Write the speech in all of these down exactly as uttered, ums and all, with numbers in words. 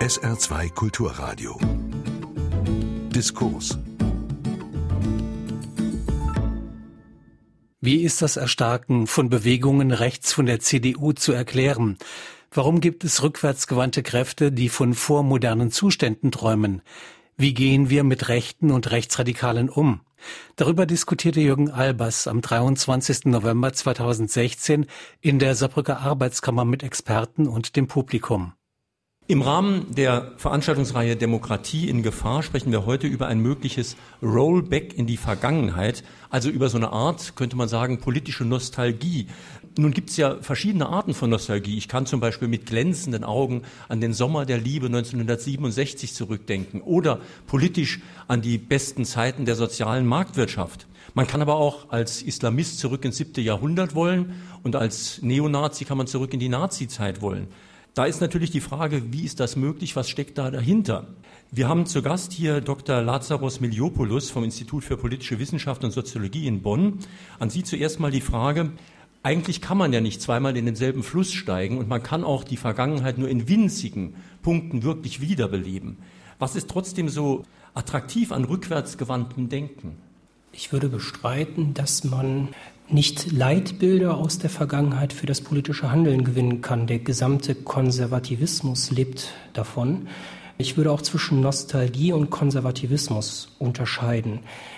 S R zwei Kulturradio. Diskurs. Wie ist das Erstarken von Bewegungen rechts von der C D U zu erklären? Warum gibt es rückwärtsgewandte Kräfte, die von vormodernen Zuständen träumen? Wie gehen wir mit Rechten und Rechtsradikalen um? Darüber diskutierte Jürgen Albers am dreiundzwanzigsten November zweitausendsechzehn in der Saarbrücker Arbeitskammer mit Experten und dem Publikum. Im Rahmen der Veranstaltungsreihe Demokratie in Gefahr sprechen wir heute über ein mögliches Rollback in die Vergangenheit, also über so eine Art, könnte man sagen, politische Nostalgie. Nun gibt es ja verschiedene Arten von Nostalgie. Ich kann zum Beispiel mit glänzenden Augen an den Sommer der Liebe neunzehnhundertsiebenundsechzig zurückdenken oder politisch an die besten Zeiten der sozialen Marktwirtschaft. Man kann aber auch als Islamist zurück ins siebte Jahrhundert wollen und als Neonazi kann man zurück in die Nazi-Zeit wollen. Da ist natürlich die Frage, wie ist das möglich, was steckt da dahinter? Wir haben zu Gast hier Doktor Lazaros Miliopoulos vom Institut für politische Wissenschaft und Soziologie in Bonn. An Sie zuerst mal die Frage, eigentlich kann man ja nicht zweimal in denselben Fluss steigen und man kann auch die Vergangenheit nur in winzigen Punkten wirklich wiederbeleben. Was ist trotzdem so attraktiv an rückwärtsgewandtem Denken? Ich würde bestreiten, dass man nicht Leitbilder aus der Vergangenheit für das politische Handeln gewinnen kann. Der gesamte Konservativismus lebt davon. Ich würde auch zwischen Nostalgie und Konservativismus unterscheiden.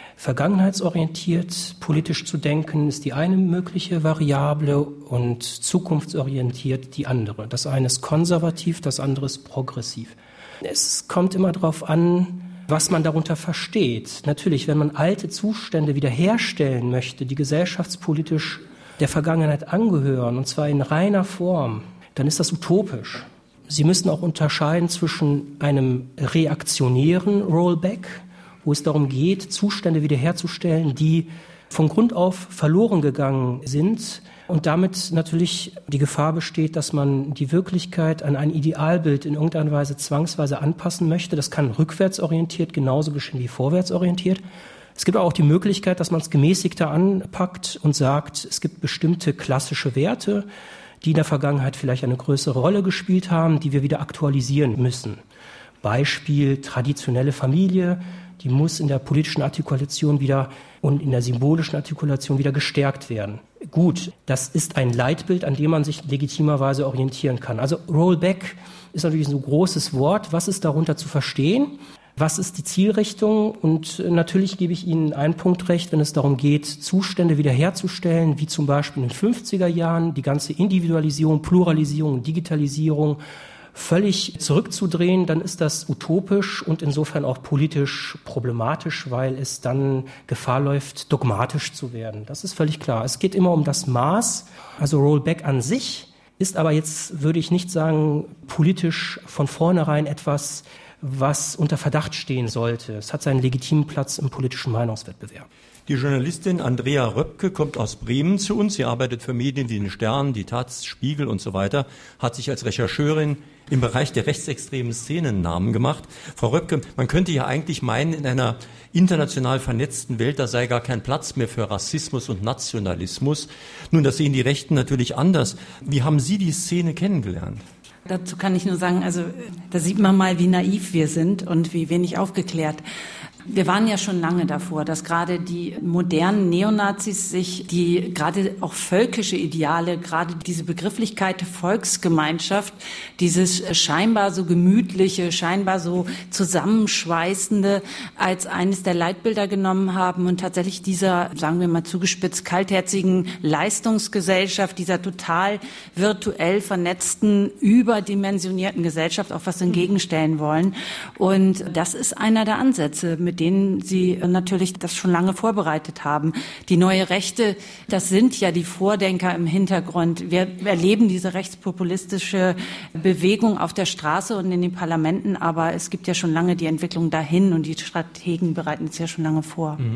Vergangenheitsorientiert politisch zu denken ist die eine mögliche Variable und zukunftsorientiert die andere. Das eine ist konservativ, das andere ist progressiv. Es kommt immer darauf an, was man darunter versteht. Natürlich, wenn man alte Zustände wiederherstellen möchte, die gesellschaftspolitisch der Vergangenheit angehören, und zwar in reiner Form, dann ist das utopisch. Sie müssen auch unterscheiden zwischen einem reaktionären Rollback, wo es darum geht, Zustände wiederherzustellen, die von Grund auf verloren gegangen sind, und damit natürlich die Gefahr besteht, dass man die Wirklichkeit an ein Idealbild in irgendeiner Weise zwangsweise anpassen möchte. Das kann rückwärtsorientiert genauso geschehen wie vorwärtsorientiert. Es gibt auch die Möglichkeit, dass man es gemäßigter anpackt und sagt, es gibt bestimmte klassische Werte, die in der Vergangenheit vielleicht eine größere Rolle gespielt haben, die wir wieder aktualisieren müssen. Beispiel traditionelle Familie, die muss in der politischen Artikulation wieder und in der symbolischen Artikulation wieder gestärkt werden. Gut, das ist ein Leitbild, an dem man sich legitimerweise orientieren kann. Also Rollback ist natürlich ein so großes Wort. Was ist darunter zu verstehen? Was ist die Zielrichtung? Und natürlich gebe ich Ihnen einen Punkt recht, wenn es darum geht, Zustände wiederherzustellen, wie zum Beispiel in den fünfziger Jahren, die ganze Individualisierung, Pluralisierung, Digitalisierung, völlig zurückzudrehen, dann ist das utopisch und insofern auch politisch problematisch, weil es dann Gefahr läuft, dogmatisch zu werden. Das ist völlig klar. Es geht immer um das Maß. Also Rollback an sich ist aber jetzt, würde ich nicht sagen, politisch von vornherein etwas, was unter Verdacht stehen sollte. Es hat seinen legitimen Platz im politischen Meinungswettbewerb. Die Journalistin Andrea Röpke kommt aus Bremen zu uns. Sie arbeitet für Medien wie den Stern, die Taz, Spiegel und so weiter, hat sich als Rechercheurin im Bereich der rechtsextremen Szenen Namen gemacht. Frau Röpke, man könnte ja eigentlich meinen, in einer international vernetzten Welt, da sei gar kein Platz mehr für Rassismus und Nationalismus. Nun, das sehen die Rechten natürlich anders. Wie haben Sie die Szene kennengelernt? Dazu kann ich nur sagen, also da sieht man mal, wie naiv wir sind und wie wenig aufgeklärt. Wir waren ja schon lange davor, dass gerade die modernen Neonazis sich die gerade auch völkische Ideale, gerade diese Begrifflichkeit Volksgemeinschaft, dieses scheinbar so gemütliche, scheinbar so zusammenschweißende als eines der Leitbilder genommen haben und tatsächlich dieser, sagen wir mal zugespitzt, kaltherzigen Leistungsgesellschaft, dieser total virtuell vernetzten, überdimensionierten Gesellschaft auch was entgegenstellen wollen. Und das ist einer der Ansätze, mit mit denen Sie natürlich das schon lange vorbereitet haben. Die neue Rechte, das sind ja die Vordenker im Hintergrund. Wir erleben diese rechtspopulistische Bewegung auf der Straße und in den Parlamenten, aber es gibt ja schon lange die Entwicklung dahin und die Strategen bereiten es ja schon lange vor. Mhm.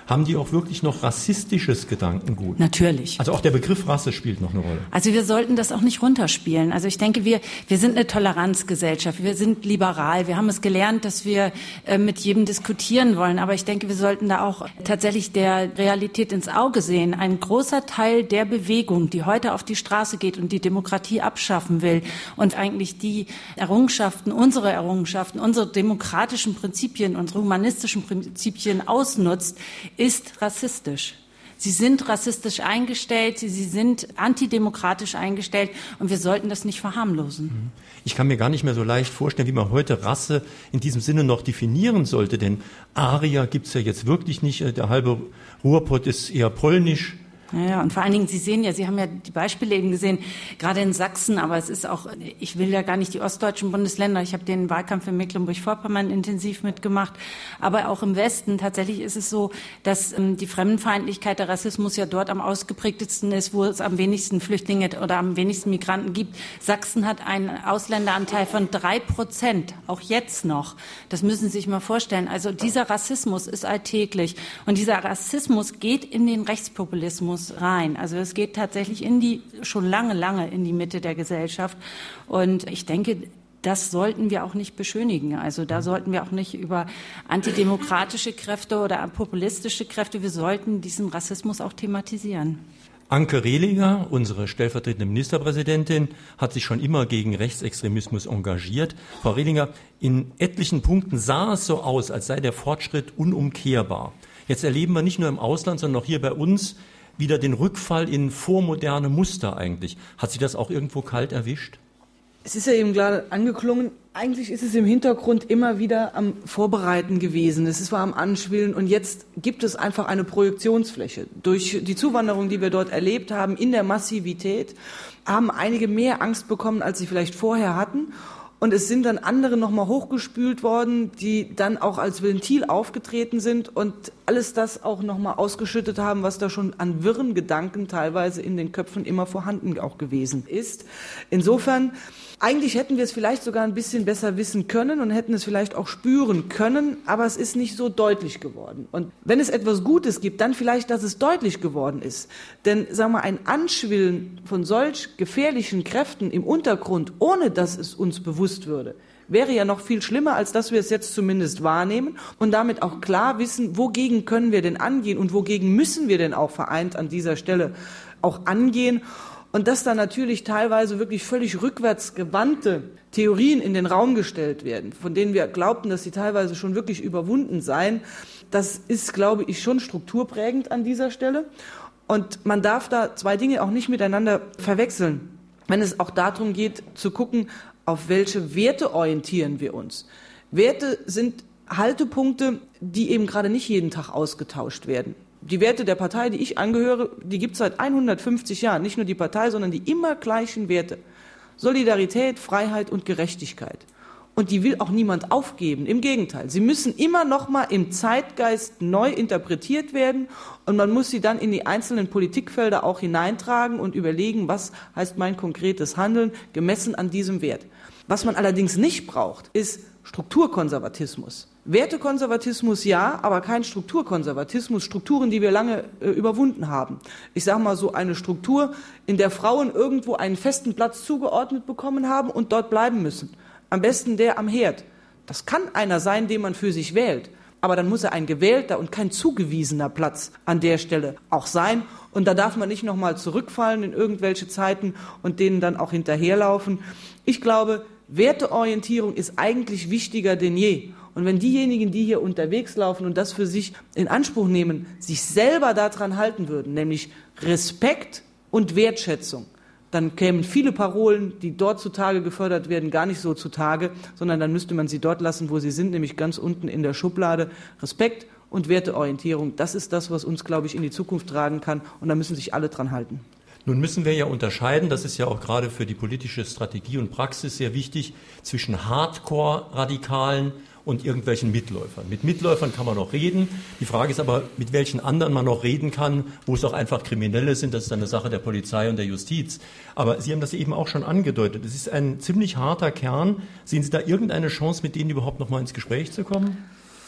haben die auch wirklich noch rassistisches Gedankengut? Natürlich. Also auch der Begriff Rasse spielt noch eine Rolle. Also wir sollten das auch nicht runterspielen. Also ich denke, wir, wir sind eine Toleranzgesellschaft, wir sind liberal, wir haben es gelernt, dass wir äh, mit jedem diskutieren wollen. Aber ich denke, wir sollten da auch tatsächlich der Realität ins Auge sehen. Ein großer Teil der Bewegung, die heute auf die Straße geht und die Demokratie abschaffen will und eigentlich die Errungenschaften, unsere Errungenschaften, unsere demokratischen Prinzipien, unsere humanistischen Prinzipien ausnutzt, ist rassistisch. Sie sind rassistisch eingestellt, sie, sie sind antidemokratisch eingestellt und wir sollten das nicht verharmlosen. Ich kann mir gar nicht mehr so leicht vorstellen, wie man heute Rasse in diesem Sinne noch definieren sollte, denn Arier gibt's ja jetzt wirklich nicht, der halbe Ruhrpott ist eher polnisch. Ja, und vor allen Dingen, Sie sehen ja, Sie haben ja die Beispiele eben gesehen, gerade in Sachsen, aber es ist auch, ich will ja gar nicht die ostdeutschen Bundesländer, ich habe den Wahlkampf in Mecklenburg-Vorpommern intensiv mitgemacht, aber auch im Westen tatsächlich ist es so, dass ähm, die Fremdenfeindlichkeit, der Rassismus ja dort am ausgeprägtesten ist, wo es am wenigsten Flüchtlinge oder am wenigsten Migranten gibt. Sachsen hat einen Ausländeranteil von drei Prozent, auch jetzt noch. Das müssen Sie sich mal vorstellen. Also dieser Rassismus ist alltäglich und dieser Rassismus geht in den Rechtspopulismus rein. Also es geht tatsächlich in die, schon lange, lange in die Mitte der Gesellschaft. Und ich denke, das sollten wir auch nicht beschönigen. Also da sollten wir auch nicht über antidemokratische Kräfte oder populistische Kräfte, wir sollten diesen Rassismus auch thematisieren. Anke Rehlinger, unsere stellvertretende Ministerpräsidentin, hat sich schon immer gegen Rechtsextremismus engagiert. Frau Rehlinger, in etlichen Punkten sah es so aus, als sei der Fortschritt unumkehrbar. Jetzt erleben wir nicht nur im Ausland, sondern auch hier bei uns wieder den Rückfall in vormoderne Muster eigentlich. Hat Sie das auch irgendwo kalt erwischt? Es ist ja eben gerade angeklungen, eigentlich ist es im Hintergrund immer wieder am Vorbereiten gewesen. Es war am Anschwillen und jetzt gibt es einfach eine Projektionsfläche. Durch die Zuwanderung, die wir dort erlebt haben, in der Massivität, haben einige mehr Angst bekommen, als sie vielleicht vorher hatten. Und es sind dann andere nochmal hochgespült worden, die dann auch als Ventil aufgetreten sind und alles das auch nochmal ausgeschüttet haben, was da schon an wirren Gedanken teilweise in den Köpfen immer vorhanden auch gewesen ist. Insofern, eigentlich hätten wir es vielleicht sogar ein bisschen besser wissen können und hätten es vielleicht auch spüren können, aber es ist nicht so deutlich geworden. Und wenn es etwas Gutes gibt, dann vielleicht, dass es deutlich geworden ist. Denn, sagen wir, ein Anschwillen von solch gefährlichen Kräften im Untergrund, ohne dass es uns bewusst würde, wäre ja noch viel schlimmer, als dass wir es jetzt zumindest wahrnehmen und damit auch klar wissen, wogegen können wir denn angehen und wogegen müssen wir denn auch vereint an dieser Stelle auch angehen. Und dass da natürlich teilweise wirklich völlig rückwärtsgewandte Theorien in den Raum gestellt werden, von denen wir glaubten, dass sie teilweise schon wirklich überwunden seien, das ist, glaube ich, schon strukturprägend an dieser Stelle. Und man darf da zwei Dinge auch nicht miteinander verwechseln, wenn es auch darum geht, zu gucken, auf welche Werte orientieren wir uns. Werte sind Haltepunkte, die eben gerade nicht jeden Tag ausgetauscht werden. Die Werte der Partei, die ich angehöre, die gibt es seit hundertfünfzig Jahren. Nicht nur die Partei, sondern die immer gleichen Werte. Solidarität, Freiheit und Gerechtigkeit. Und die will auch niemand aufgeben. Im Gegenteil. Sie müssen immer noch mal im Zeitgeist neu interpretiert werden. Und man muss sie dann in die einzelnen Politikfelder auch hineintragen und überlegen, was heißt mein konkretes Handeln, gemessen an diesem Wert. Was man allerdings nicht braucht, ist Strukturkonservatismus. Wertekonservatismus ja, aber kein Strukturkonservatismus, Strukturen, die wir lange äh, überwunden haben. Ich sage mal so eine Struktur, in der Frauen irgendwo einen festen Platz zugeordnet bekommen haben und dort bleiben müssen. Am besten der am Herd. Das kann einer sein, den man für sich wählt. Aber dann muss er ein gewählter und kein zugewiesener Platz an der Stelle auch sein. Und da darf man nicht nochmal zurückfallen in irgendwelche Zeiten und denen dann auch hinterherlaufen. Ich glaube, Werteorientierung ist eigentlich wichtiger denn je. Und wenn diejenigen, die hier unterwegs laufen und das für sich in Anspruch nehmen, sich selber daran halten würden, nämlich Respekt und Wertschätzung, dann kämen viele Parolen, die dort zutage gefördert werden, gar nicht so zutage, sondern dann müsste man sie dort lassen, wo sie sind, nämlich ganz unten in der Schublade. Respekt und Werteorientierung, das ist das, was uns, glaube ich, in die Zukunft tragen kann. Und da müssen sich alle dran halten. Nun müssen wir ja unterscheiden, das ist ja auch gerade für die politische Strategie und Praxis sehr wichtig, zwischen Hardcore-Radikalen und irgendwelchen Mitläufern. Mit Mitläufern kann man noch reden. Die Frage ist aber, mit welchen anderen man noch reden kann, wo es auch einfach Kriminelle sind. Das ist eine Sache der Polizei und der Justiz. Aber Sie haben das eben auch schon angedeutet. Es ist ein ziemlich harter Kern. Sehen Sie da irgendeine Chance, mit denen überhaupt noch mal ins Gespräch zu kommen?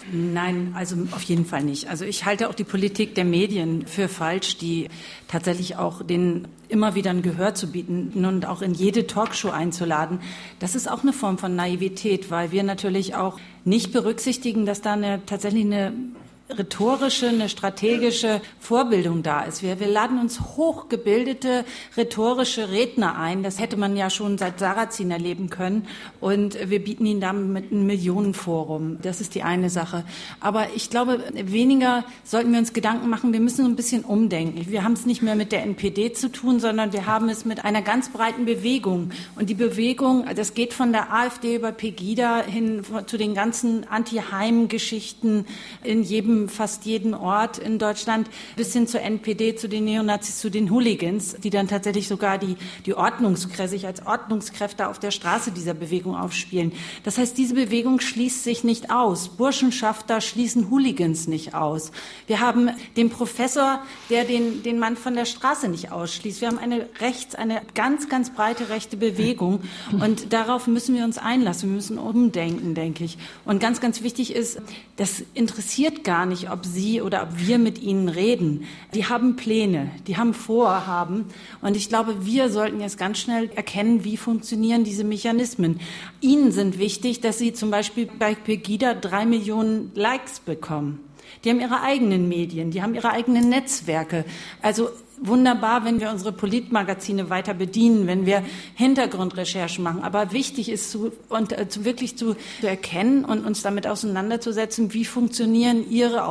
Nein, also auf jeden Fall nicht. Also ich halte auch die Politik der Medien für falsch, die tatsächlich auch den immer wieder ein Gehör zu bieten und auch in jede Talkshow einzuladen. Das ist auch eine Form von Naivität, weil wir natürlich auch nicht berücksichtigen, dass da eine, tatsächlich eine rhetorische, eine strategische Vorbildung da ist. Wir, wir laden uns hochgebildete rhetorische Redner ein. Das hätte man ja schon seit Sarrazin erleben können. Und wir bieten ihnen damit ein Millionenforum. Das ist die eine Sache. Aber ich glaube, weniger sollten wir uns Gedanken machen. Wir müssen ein bisschen umdenken. Wir haben es nicht mehr mit der N P D zu tun, sondern wir haben es mit einer ganz breiten Bewegung. Und die Bewegung, das geht von der AfD über Pegida hin zu den ganzen Anti-Heim-Geschichten in jedem fast jeden Ort in Deutschland bis hin zur N P D, zu den Neonazis, zu den Hooligans, die dann tatsächlich sogar die, die Ordnungskräfte, sich als Ordnungskräfte auf der Straße dieser Bewegung aufspielen. Das heißt, diese Bewegung schließt sich nicht aus. Burschenschafter schließen Hooligans nicht aus. Wir haben den Professor, der den, den Mann von der Straße nicht ausschließt. Wir haben eine rechts, eine ganz, ganz breite rechte Bewegung und darauf müssen wir uns einlassen. Wir müssen umdenken, denke ich. Und ganz, ganz wichtig ist, das interessiert gar nicht, nicht, ob Sie oder ob wir mit Ihnen reden. Die haben Pläne, die haben Vorhaben. Und ich glaube, wir sollten jetzt ganz schnell erkennen, wie funktionieren diese Mechanismen. Ihnen sind wichtig, dass Sie zum Beispiel bei Pegida drei Millionen Likes bekommen. Die haben ihre eigenen Medien, die haben ihre eigenen Netzwerke. Also wunderbar, wenn wir unsere Politmagazine weiter bedienen, wenn wir Hintergrundrecherchen machen. Aber wichtig ist, zu, und, äh, zu wirklich zu, zu erkennen und uns damit auseinanderzusetzen, wie funktionieren Ihre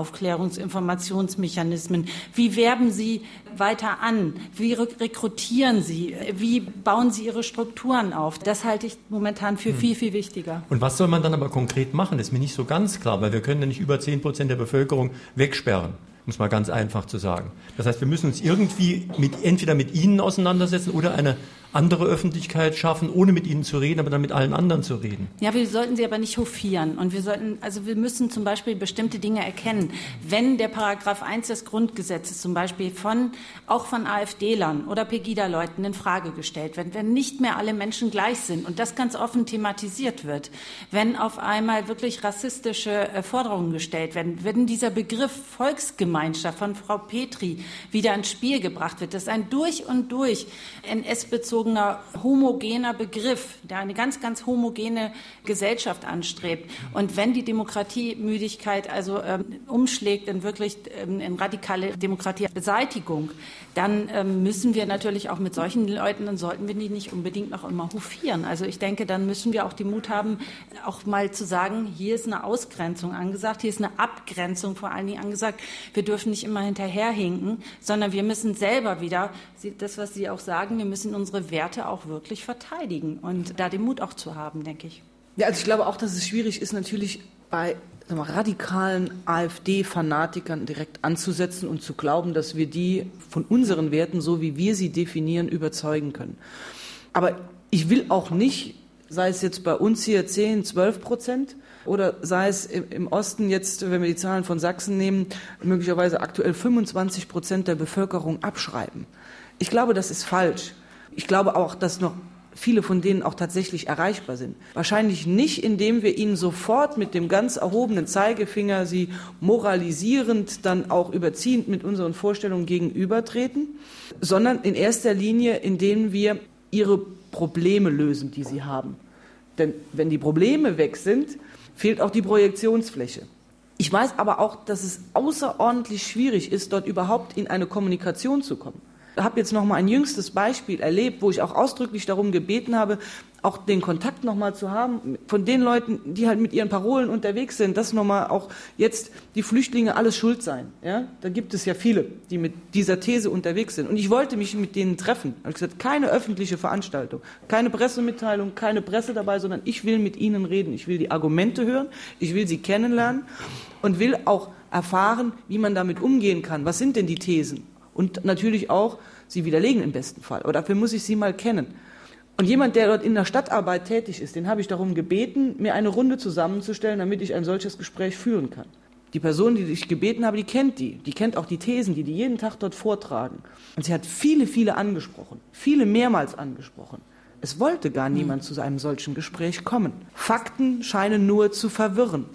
Aufklärungsinformationsmechanismen? Wie werben Sie weiter an? Wie rekrutieren Sie? Wie bauen Sie Ihre Strukturen auf? Das halte ich momentan für hm. viel, viel wichtiger. Und was soll man dann aber konkret machen? Das ist mir nicht so ganz klar, weil wir können ja nicht über zehn Prozent der Bevölkerung wegsperren. Um es mal ganz einfach zu sagen. Das heißt, wir müssen uns irgendwie mit, entweder mit Ihnen auseinandersetzen oder eine andere Öffentlichkeit schaffen, ohne mit Ihnen zu reden, aber dann mit allen anderen zu reden. Ja, wir sollten sie aber nicht hofieren. Und wir sollten, also wir müssen zum Beispiel bestimmte Dinge erkennen. Wenn der Paragraph eins des Grundgesetzes zum Beispiel von, auch von AfD-Lern oder Pegida-Leuten in Frage gestellt wird, wenn nicht mehr alle Menschen gleich sind und das ganz offen thematisiert wird, wenn auf einmal wirklich rassistische Forderungen gestellt werden, wenn dieser Begriff Volksgemeinschaft von Frau Petri wieder ins Spiel gebracht wird, das ist ein durch und durch N S-bezogener homogener Begriff, der eine ganz, ganz homogene Gesellschaft anstrebt. Und wenn die Demokratiemüdigkeit also ähm, umschlägt in wirklich ähm, in radikale Demokratiebeseitigung, dann ähm, müssen wir natürlich auch mit solchen Leuten, dann sollten wir die nicht unbedingt noch immer hofieren. Also ich denke, dann müssen wir auch den Mut haben, auch mal zu sagen, hier ist eine Ausgrenzung angesagt, hier ist eine Abgrenzung vor allen Dingen angesagt. Wir dürfen nicht immer hinterherhinken, sondern wir müssen selber wieder, das, was Sie auch sagen, wir müssen unsere Werte auch wirklich verteidigen und da den Mut auch zu haben, denke ich. Ja, also ich glaube auch, dass es schwierig ist, natürlich bei sagen wir, radikalen AfD-Fanatikern direkt anzusetzen und zu glauben, dass wir die von unseren Werten, so wie wir sie definieren, überzeugen können. Aber ich will auch nicht, sei es jetzt bei uns hier zehn, zwölf Prozent oder sei es im Osten jetzt, wenn wir die Zahlen von Sachsen nehmen, möglicherweise aktuell fünfundzwanzig Prozent der Bevölkerung abschreiben. Ich glaube, das ist falsch. Ich glaube auch, dass noch viele von denen auch tatsächlich erreichbar sind. Wahrscheinlich nicht, indem wir ihnen sofort mit dem ganz erhobenen Zeigefinger sie moralisierend, dann auch überziehend mit unseren Vorstellungen gegenübertreten, sondern in erster Linie, indem wir ihre Probleme lösen, die sie haben. Denn wenn die Probleme weg sind, fehlt auch die Projektionsfläche. Ich weiß aber auch, dass es außerordentlich schwierig ist, dort überhaupt in eine Kommunikation zu kommen. Ich habe jetzt noch mal ein jüngstes Beispiel erlebt, wo ich auch ausdrücklich darum gebeten habe, auch den Kontakt noch mal zu haben von den Leuten, die halt mit ihren Parolen unterwegs sind, dass noch mal auch jetzt die Flüchtlinge alles schuld seien. Ja? Da gibt es ja viele, die mit dieser These unterwegs sind. Und ich wollte mich mit denen treffen. Ich habe gesagt, keine öffentliche Veranstaltung, keine Pressemitteilung, keine Presse dabei, sondern ich will mit ihnen reden. Ich will die Argumente hören, ich will sie kennenlernen und will auch erfahren, wie man damit umgehen kann. Was sind denn die Thesen? Und natürlich auch, sie widerlegen im besten Fall. Aber dafür muss ich sie mal kennen. Und jemand, der dort in der Stadtarbeit tätig ist, den habe ich darum gebeten, mir eine Runde zusammenzustellen, damit ich ein solches Gespräch führen kann. Die Person, die ich gebeten habe, die kennt die. Die kennt auch die Thesen, die die jeden Tag dort vortragen. Und sie hat viele, viele angesprochen. Viele mehrmals angesprochen. Es wollte gar niemand zu einem solchen Gespräch kommen. Fakten scheinen nur zu verwirren.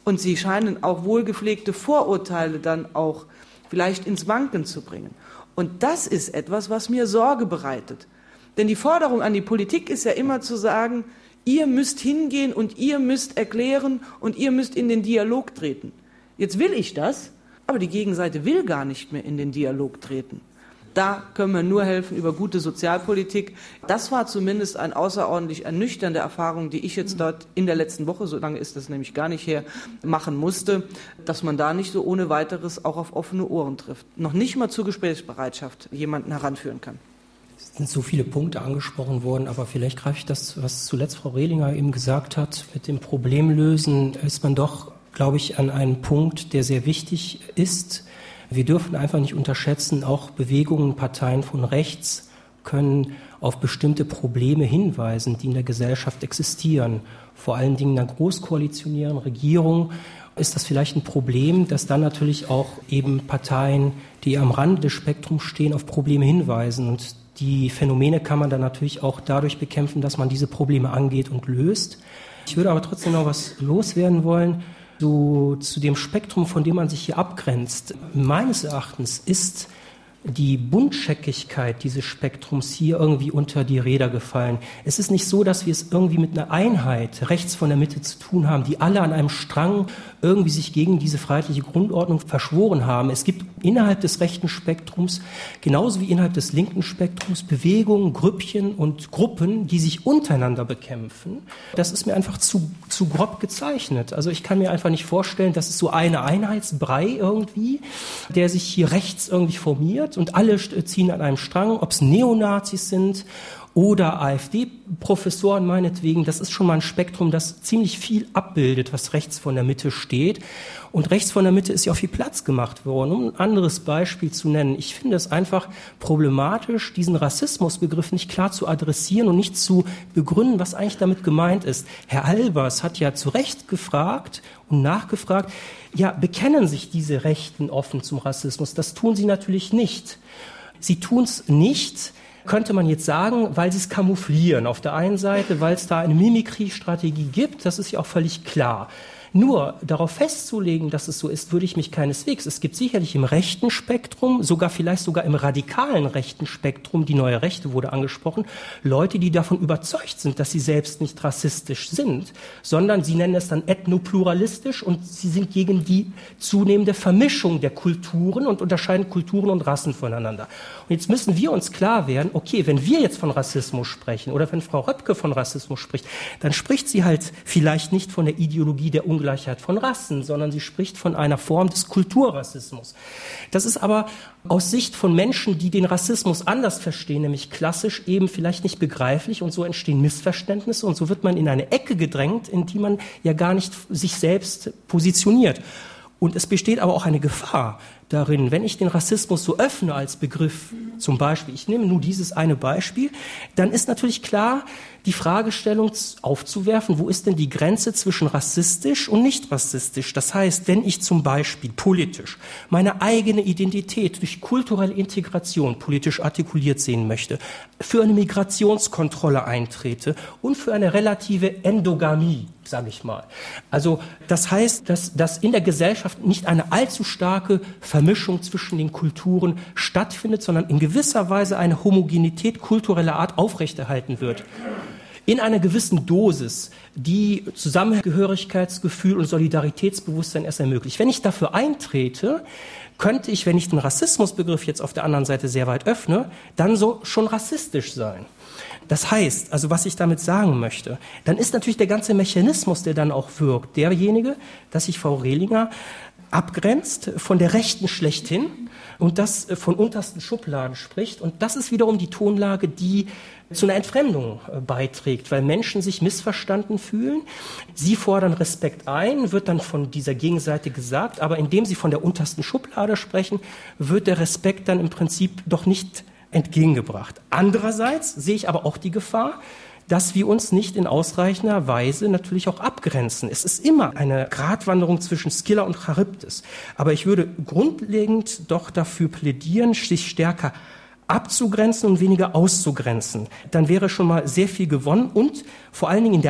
Und sie scheinen auch wohlgepflegte Vorurteile dann auch vielleicht ins Wanken zu bringen. Und das ist etwas, was mir Sorge bereitet. Denn die Forderung an die Politik ist ja immer zu sagen, ihr müsst hingehen und ihr müsst erklären und ihr müsst in den Dialog treten. Jetzt will ich das, aber die Gegenseite will gar nicht mehr in den Dialog treten. Da können wir nur helfen über gute Sozialpolitik. Das war zumindest eine außerordentlich ernüchternde Erfahrung, die ich jetzt dort in der letzten Woche, so lange ist das nämlich gar nicht her, machen musste, dass man da nicht so ohne weiteres auch auf offene Ohren trifft. Noch nicht mal zur Gesprächsbereitschaft jemanden heranführen kann. Es sind so viele Punkte angesprochen worden, aber vielleicht greife ich das, was zuletzt Frau Rehlinger eben gesagt hat, mit dem Problemlösen ist man doch, glaube ich, an einem Punkt, der sehr wichtig ist. Wir dürfen einfach nicht unterschätzen, auch Bewegungen, Parteien von rechts können auf bestimmte Probleme hinweisen, die in der Gesellschaft existieren. Vor allen Dingen in einer großkoalitionären Regierung ist das vielleicht ein Problem, dass dann natürlich auch eben Parteien, die am Rande des Spektrums stehen, auf Probleme hinweisen. Und die Phänomene kann man dann natürlich auch dadurch bekämpfen, dass man diese Probleme angeht und löst. Ich würde aber trotzdem noch was loswerden wollen. Zu, zu dem Spektrum, von dem man sich hier abgrenzt. Meines Erachtens ist die Buntscheckigkeit dieses Spektrums hier irgendwie unter die Räder gefallen. Es ist nicht so, dass wir es irgendwie mit einer Einheit rechts von der Mitte zu tun haben, die alle an einem Strang irgendwie sich gegen diese freiheitliche Grundordnung verschworen haben. Es gibt innerhalb des rechten Spektrums, genauso wie innerhalb des linken Spektrums, Bewegungen, Grüppchen und Gruppen, die sich untereinander bekämpfen. Das ist mir einfach zu, zu grob gezeichnet. Also ich kann mir einfach nicht vorstellen, dass es so eine Einheitsbrei irgendwie, der sich hier rechts irgendwie formiert und alle ziehen an einem Strang, ob es Neonazis sind oder AfD-Professoren meinetwegen. Das ist schon mal ein Spektrum, das ziemlich viel abbildet, was rechts von der Mitte steht. Und rechts von der Mitte ist ja auch viel Platz gemacht worden. Um ein anderes Beispiel zu nennen, ich finde es einfach problematisch, diesen Rassismusbegriff nicht klar zu adressieren und nicht zu begründen, was eigentlich damit gemeint ist. Herr Albers hat ja zu Recht gefragt und nachgefragt, ja, bekennen sich diese Rechten offen zum Rassismus? Das tun sie natürlich nicht. Sie tun es nicht, könnte man jetzt sagen, weil sie es kamouflieren. Auf der einen Seite, weil es da eine Mimikry-Strategie gibt, das ist ja auch völlig klar. Nur darauf festzulegen, dass es so ist, würde ich mich keineswegs. Es gibt sicherlich im rechten Spektrum, sogar vielleicht sogar im radikalen rechten Spektrum, die neue Rechte wurde angesprochen, Leute, die davon überzeugt sind, dass sie selbst nicht rassistisch sind, sondern sie nennen es dann ethnopluralistisch und sie sind gegen die zunehmende Vermischung der Kulturen und unterscheiden Kulturen und Rassen voneinander. Und jetzt müssen wir uns klar werden, okay, wenn wir jetzt von Rassismus sprechen oder wenn Frau Röpke von Rassismus spricht, dann spricht sie halt vielleicht nicht von der Ideologie der Ungleichheit von Rassen, sondern sie spricht von einer Form des Kulturrassismus. Das ist aber aus Sicht von Menschen, die den Rassismus anders verstehen, nämlich klassisch, eben vielleicht nicht begreiflich und so entstehen Missverständnisse und so wird man in eine Ecke gedrängt, in die man ja gar nicht sich selbst positioniert. Und es besteht aber auch eine Gefahr darin, wenn ich den Rassismus so öffne als Begriff, zum Beispiel, ich nehme nur dieses eine Beispiel, dann ist natürlich klar, die Fragestellung aufzuwerfen, wo ist denn die Grenze zwischen rassistisch und nicht rassistisch? Das heißt, wenn ich zum Beispiel politisch meine eigene Identität durch kulturelle Integration politisch artikuliert sehen möchte, für eine Migrationskontrolle eintrete und für eine relative Endogamie, sage ich mal. Also das heißt, dass, dass in der Gesellschaft nicht eine allzu starke Vermischung zwischen den Kulturen stattfindet, sondern in gewisser Weise eine Homogenität kultureller Art aufrechterhalten wird. In einer gewissen Dosis, die Zusammengehörigkeitsgefühl und Solidaritätsbewusstsein erst ermöglicht. Wenn ich dafür eintrete, könnte ich, wenn ich den Rassismusbegriff jetzt auf der anderen Seite sehr weit öffne, dann so schon rassistisch sein. Das heißt, also was ich damit sagen möchte, dann ist natürlich der ganze Mechanismus, der dann auch wirkt, derjenige, dass sich Frau Rehlinger abgrenzt von der Rechten schlechthin und das von untersten Schubladen spricht. Und das ist wiederum die Tonlage, die zu einer Entfremdung beiträgt, weil Menschen sich missverstanden fühlen. Sie fordern Respekt ein, wird dann von dieser Gegenseite gesagt, aber indem sie von der untersten Schublade sprechen, wird der Respekt dann im Prinzip doch nicht entgegengebracht. Andererseits sehe ich aber auch die Gefahr, dass wir uns nicht in ausreichender Weise natürlich auch abgrenzen. Es ist immer eine Gratwanderung zwischen Scylla und Charybdis. Aber ich würde grundlegend doch dafür plädieren, sich stärker abzugrenzen und weniger auszugrenzen. Dann wäre schon mal sehr viel gewonnen und vor allen Dingen in der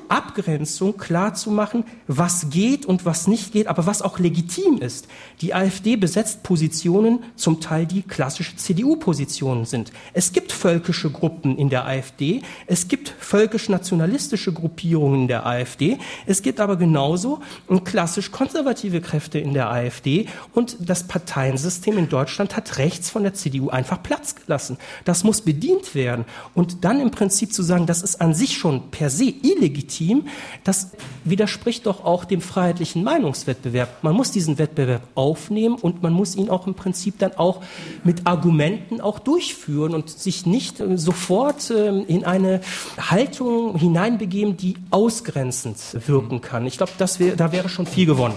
Abgrenzung klar zu machen, was geht und was nicht geht, aber was auch legitim ist. Die AfD besetzt Positionen, zum Teil die klassische C D U-Positionen sind. Es gibt völkische Gruppen in der AfD, es gibt völkisch-nationalistische Gruppierungen in der AfD, es gibt aber genauso klassisch konservative Kräfte in der AfD und das Parteiensystem in Deutschland hat rechts von der C D U einfach Platz gelassen. Das muss bedient werden und dann im Prinzip zu sagen, das ist an sich schon per se illegitim, das widerspricht doch auch dem freiheitlichen Meinungswettbewerb. Man muss diesen Wettbewerb aufnehmen und man muss ihn auch im Prinzip dann auch mit Argumenten auch durchführen und sich nicht äh, sofort äh, in eine Haltung hineinbegeben, die ausgrenzend wirken kann. Ich glaube, das wär, da wäre schon viel gewonnen.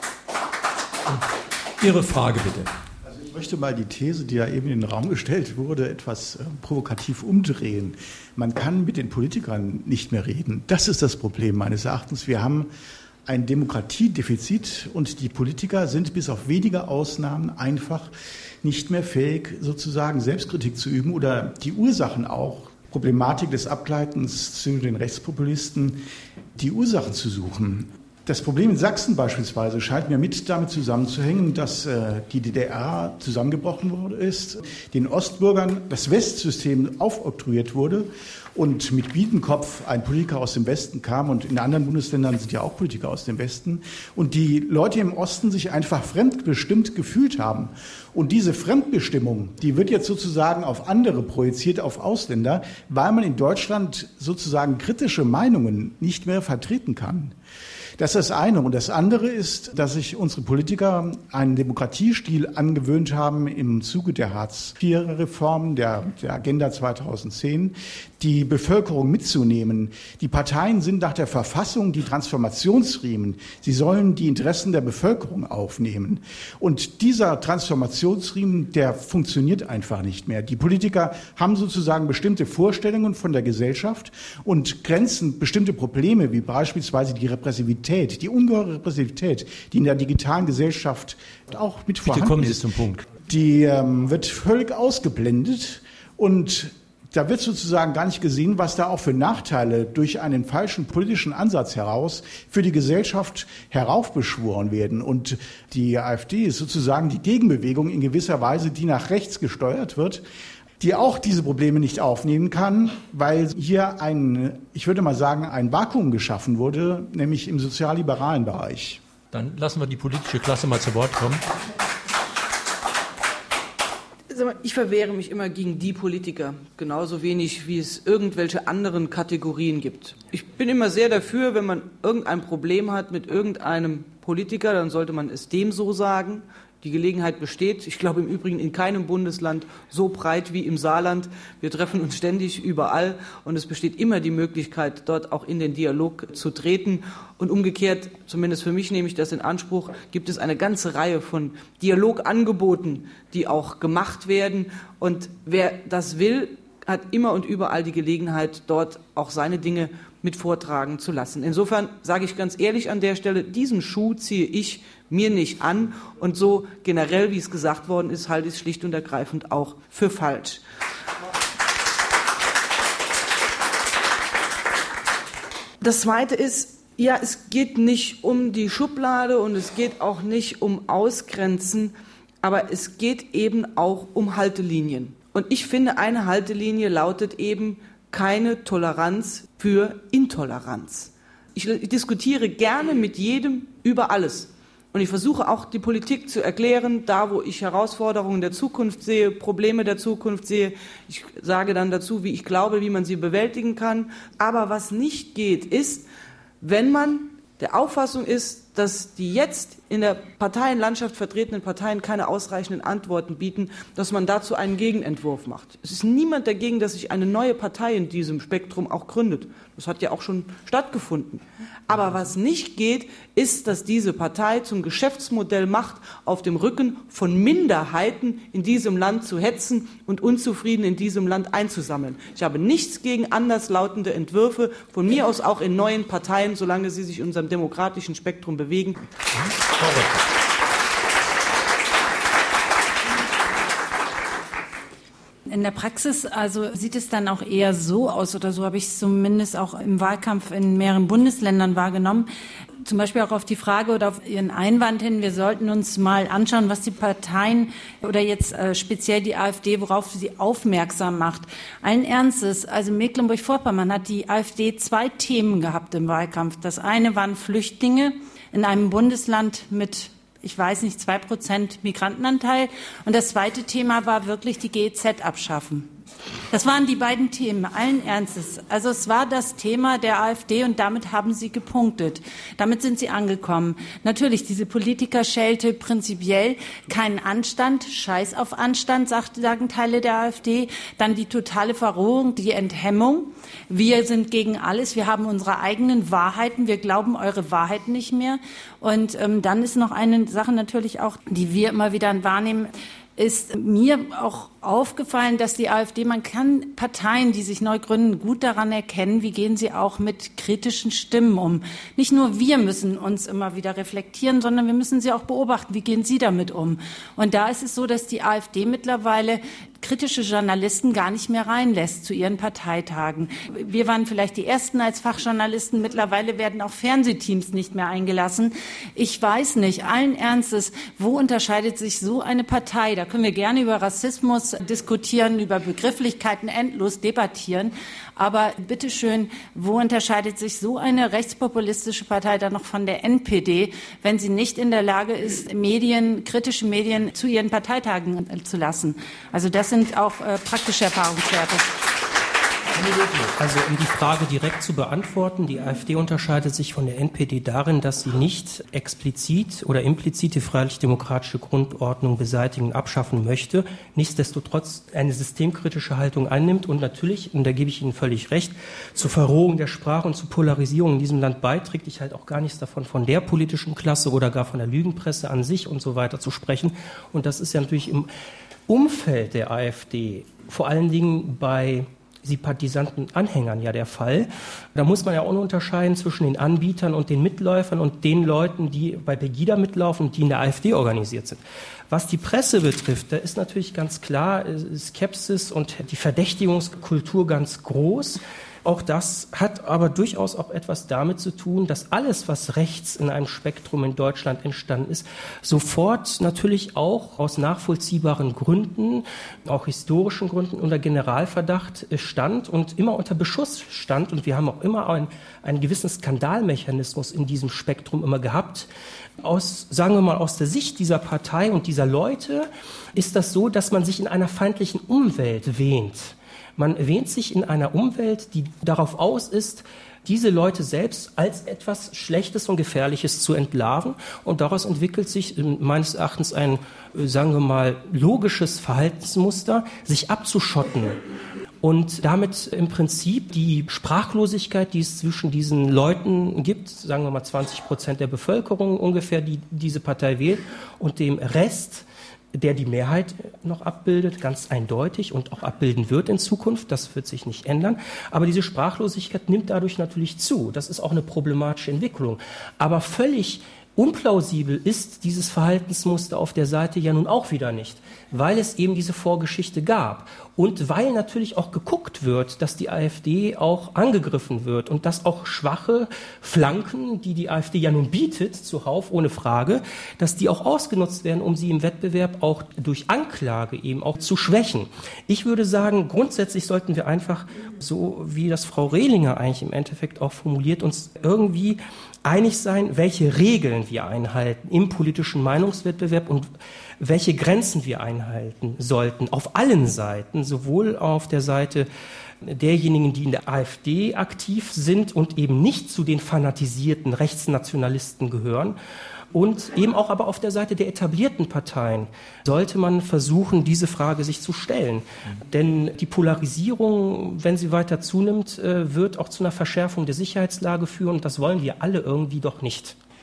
Ihre Frage bitte. Ich möchte mal die These, die ja eben in den Raum gestellt wurde, etwas äh, provokativ umdrehen. Man kann mit den Politikern nicht mehr reden. Das ist das Problem meines Erachtens. Wir haben ein Demokratiedefizit und die Politiker sind bis auf wenige Ausnahmen einfach nicht mehr fähig, sozusagen Selbstkritik zu üben oder die Ursachen auch, Problematik des Abgleitens zu den Rechtspopulisten, die Ursachen zu suchen. Das Problem in Sachsen beispielsweise scheint mir mit damit zusammenzuhängen, dass äh, die D D R zusammengebrochen wurde, ist, den Ostbürgern das Westsystem aufoktroyiert wurde und mit Biedenkopf ein Politiker aus dem Westen kam und in anderen Bundesländern sind ja auch Politiker aus dem Westen und die Leute im Osten sich einfach fremdbestimmt gefühlt haben. Und diese Fremdbestimmung, die wird jetzt sozusagen auf andere projiziert, auf Ausländer, weil man in Deutschland sozusagen kritische Meinungen nicht mehr vertreten kann. Das ist das eine. Und das andere ist, dass sich unsere Politiker einen Demokratiestil angewöhnt haben im Zuge der Hartz vier Reform, der, der Agenda zweitausendzehn, die Bevölkerung mitzunehmen. Die Parteien sind nach der Verfassung die Transformationsriemen. Sie sollen die Interessen der Bevölkerung aufnehmen. Und dieser Transformationsriemen, der funktioniert einfach nicht mehr. Die Politiker haben sozusagen bestimmte Vorstellungen von der Gesellschaft und grenzen bestimmte Probleme, wie beispielsweise die Repressivität, die ungeheure Repressivität, die in der digitalen Gesellschaft auch mit vorhanden ist. Bitte kommen Sie zum Punkt. Die ähm, wird völlig ausgeblendet und da wird sozusagen gar nicht gesehen, was da auch für Nachteile durch einen falschen politischen Ansatz heraus für die Gesellschaft heraufbeschworen werden. Und die AfD ist sozusagen die Gegenbewegung in gewisser Weise, die nach rechts gesteuert wird, die auch diese Probleme nicht aufnehmen kann, weil hier ein, ich würde mal sagen, ein Vakuum geschaffen wurde, nämlich im sozialliberalen Bereich. Dann lassen wir die politische Klasse mal zu Wort kommen. Ich verwehre mich immer gegen die Politiker, genauso wenig wie es irgendwelche anderen Kategorien gibt. Ich bin immer sehr dafür, wenn man irgendein Problem hat mit irgendeinem Politiker, dann sollte man es dem so sagen. Die Gelegenheit besteht, ich glaube im Übrigen in keinem Bundesland so breit wie im Saarland. Wir treffen uns ständig überall und es besteht immer die Möglichkeit, dort auch in den Dialog zu treten. Und umgekehrt, zumindest für mich nehme ich das in Anspruch, gibt es eine ganze Reihe von Dialogangeboten, die auch gemacht werden. Und wer das will, hat immer und überall die Gelegenheit, dort auch seine Dinge mit vortragen zu lassen. Insofern sage ich ganz ehrlich an der Stelle, diesen Schuh ziehe ich mir nicht an und so generell, wie es gesagt worden ist, halte ich es schlicht und ergreifend auch für falsch. Das Zweite ist, ja, es geht nicht um die Schublade und es geht auch nicht um Ausgrenzen, aber es geht eben auch um Haltelinien. Und ich finde, eine Haltelinie lautet eben keine Toleranz für Intoleranz. Ich diskutiere gerne mit jedem über alles. Und ich versuche auch, die Politik zu erklären, da wo ich Herausforderungen der Zukunft sehe, Probleme der Zukunft sehe. Ich sage dann dazu, wie ich glaube, wie man sie bewältigen kann. Aber was nicht geht, ist, wenn man der Auffassung ist, dass die jetzt in der Parteienlandschaft vertretenen Parteien keine ausreichenden Antworten bieten, dass man dazu einen Gegenentwurf macht. Es ist niemand dagegen, dass sich eine neue Partei in diesem Spektrum auch gründet. Das hat ja auch schon stattgefunden. Aber was nicht geht, ist, dass diese Partei zum Geschäftsmodell macht, auf dem Rücken von Minderheiten in diesem Land zu hetzen und Unzufrieden in diesem Land einzusammeln. Ich habe nichts gegen anderslautende Entwürfe, von mir aus auch in neuen Parteien, solange sie sich in unserem demokratischen Spektrum bewegen. In der Praxis also sieht es dann auch eher so aus, oder so habe ich es zumindest auch im Wahlkampf in mehreren Bundesländern wahrgenommen, zum Beispiel auch auf die Frage oder auf Ihren Einwand hin, wir sollten uns mal anschauen, was die Parteien oder jetzt äh, speziell die AfD, worauf sie aufmerksam macht. Allen Ernstes, also Mecklenburg-Vorpommern hat die AfD zwei Themen gehabt im Wahlkampf. Das eine waren Flüchtlinge in einem Bundesland mit, ich weiß nicht, zwei Prozent Migrantenanteil. Und das zweite Thema war wirklich die G E Z abschaffen. Das waren die beiden Themen, allen Ernstes. Also es war das Thema der AfD und damit haben sie gepunktet. Damit sind sie angekommen. Natürlich, diese Politikerschelte prinzipiell keinen Anstand, Scheiß auf Anstand, sagen Teile der AfD. Dann die totale Verrohung, die Enthemmung. Wir sind gegen alles, wir haben unsere eigenen Wahrheiten, wir glauben eure Wahrheiten nicht mehr. Und ähm, dann ist noch eine Sache natürlich auch, die wir immer wieder wahrnehmen, ist mir auch aufgefallen, dass die AfD, man kann Parteien, die sich neu gründen, gut daran erkennen, wie gehen sie auch mit kritischen Stimmen um. Nicht nur wir müssen uns immer wieder reflektieren, sondern wir müssen sie auch beobachten, wie gehen sie damit um. Und da ist es so, dass die AfD mittlerweile kritische Journalisten gar nicht mehr reinlässt zu ihren Parteitagen. Wir waren vielleicht die Ersten als Fachjournalisten, mittlerweile werden auch Fernsehteams nicht mehr eingelassen. Ich weiß nicht, allen Ernstes, wo unterscheidet sich so eine Partei? Da können wir gerne über Rassismus diskutieren, über Begrifflichkeiten endlos debattieren. Aber bitteschön, wo unterscheidet sich so eine rechtspopulistische Partei dann noch von der N P D, wenn sie nicht in der Lage ist, Medien, kritische Medien zu ihren Parteitagen zu lassen? Also das sind auch äh, praktische Erfahrungswerte. Also um die Frage direkt zu beantworten, die AfD unterscheidet sich von der N P D darin, dass sie nicht explizit oder implizit die freiheitlich-demokratische Grundordnung beseitigen und abschaffen möchte, nichtsdestotrotz eine systemkritische Haltung einnimmt und natürlich, und da gebe ich Ihnen völlig recht, zur Verrohung der Sprache und zur Polarisierung in diesem Land beiträgt. Ich halte auch gar nichts davon, von der politischen Klasse oder gar von der Lügenpresse an sich und so weiter zu sprechen. Und das ist ja natürlich im Umfeld der AfD, vor allen Dingen bei sympathisanten Anhängern ja der Fall. Da muss man ja auch noch unterscheiden zwischen den Anbietern und den Mitläufern und den Leuten, die bei Pegida mitlaufen und die in der AfD organisiert sind. Was die Presse betrifft, da ist natürlich ganz klar Skepsis und die Verdächtigungskultur ganz groß. Auch das hat aber durchaus auch etwas damit zu tun, dass alles, was rechts in einem Spektrum in Deutschland entstanden ist, sofort natürlich auch aus nachvollziehbaren Gründen, auch historischen Gründen unter Generalverdacht stand und immer unter Beschuss stand. Und wir haben auch immer einen, einen gewissen Skandalmechanismus in diesem Spektrum immer gehabt. Aus, sagen wir mal, aus der Sicht dieser Partei und dieser Leute ist das so, dass man sich in einer feindlichen Umwelt wähnt. Man wähnt sich in einer Umwelt, die darauf aus ist, diese Leute selbst als etwas Schlechtes und Gefährliches zu entlarven. Und daraus entwickelt sich meines Erachtens ein, sagen wir mal, logisches Verhaltensmuster, sich abzuschotten. Und damit im Prinzip die Sprachlosigkeit, die es zwischen diesen Leuten gibt, sagen wir mal zwanzig Prozent der Bevölkerung ungefähr, die diese Partei wählt, und dem Rest, der die Mehrheit noch abbildet, ganz eindeutig und auch abbilden wird in Zukunft. Das wird sich nicht ändern. Aber diese Sprachlosigkeit nimmt dadurch natürlich zu. Das ist auch eine problematische Entwicklung. Aber völlig unplausibel ist dieses Verhaltensmuster auf der Seite ja nun auch wieder nicht, weil es eben diese Vorgeschichte gab und weil natürlich auch geguckt wird, dass die AfD auch angegriffen wird und dass auch schwache Flanken, die die AfD ja nun bietet, zuhauf ohne Frage, dass die auch ausgenutzt werden, um sie im Wettbewerb auch durch Anklage eben auch zu schwächen. Ich würde sagen, grundsätzlich sollten wir einfach, so wie das Frau Rehlinger eigentlich im Endeffekt auch formuliert, uns irgendwie einig sein, welche Regeln wir einhalten im politischen Meinungswettbewerb und welche Grenzen wir einhalten sollten, auf allen Seiten, sowohl auf der Seite derjenigen, die in der AfD aktiv sind und eben nicht zu den fanatisierten Rechtsnationalisten gehören, und eben auch aber auf der Seite der etablierten Parteien sollte man versuchen, diese Frage sich zu stellen. Denn die Polarisierung, wenn sie weiter zunimmt, wird auch zu einer Verschärfung der Sicherheitslage führen. Und das wollen wir alle irgendwie doch nicht.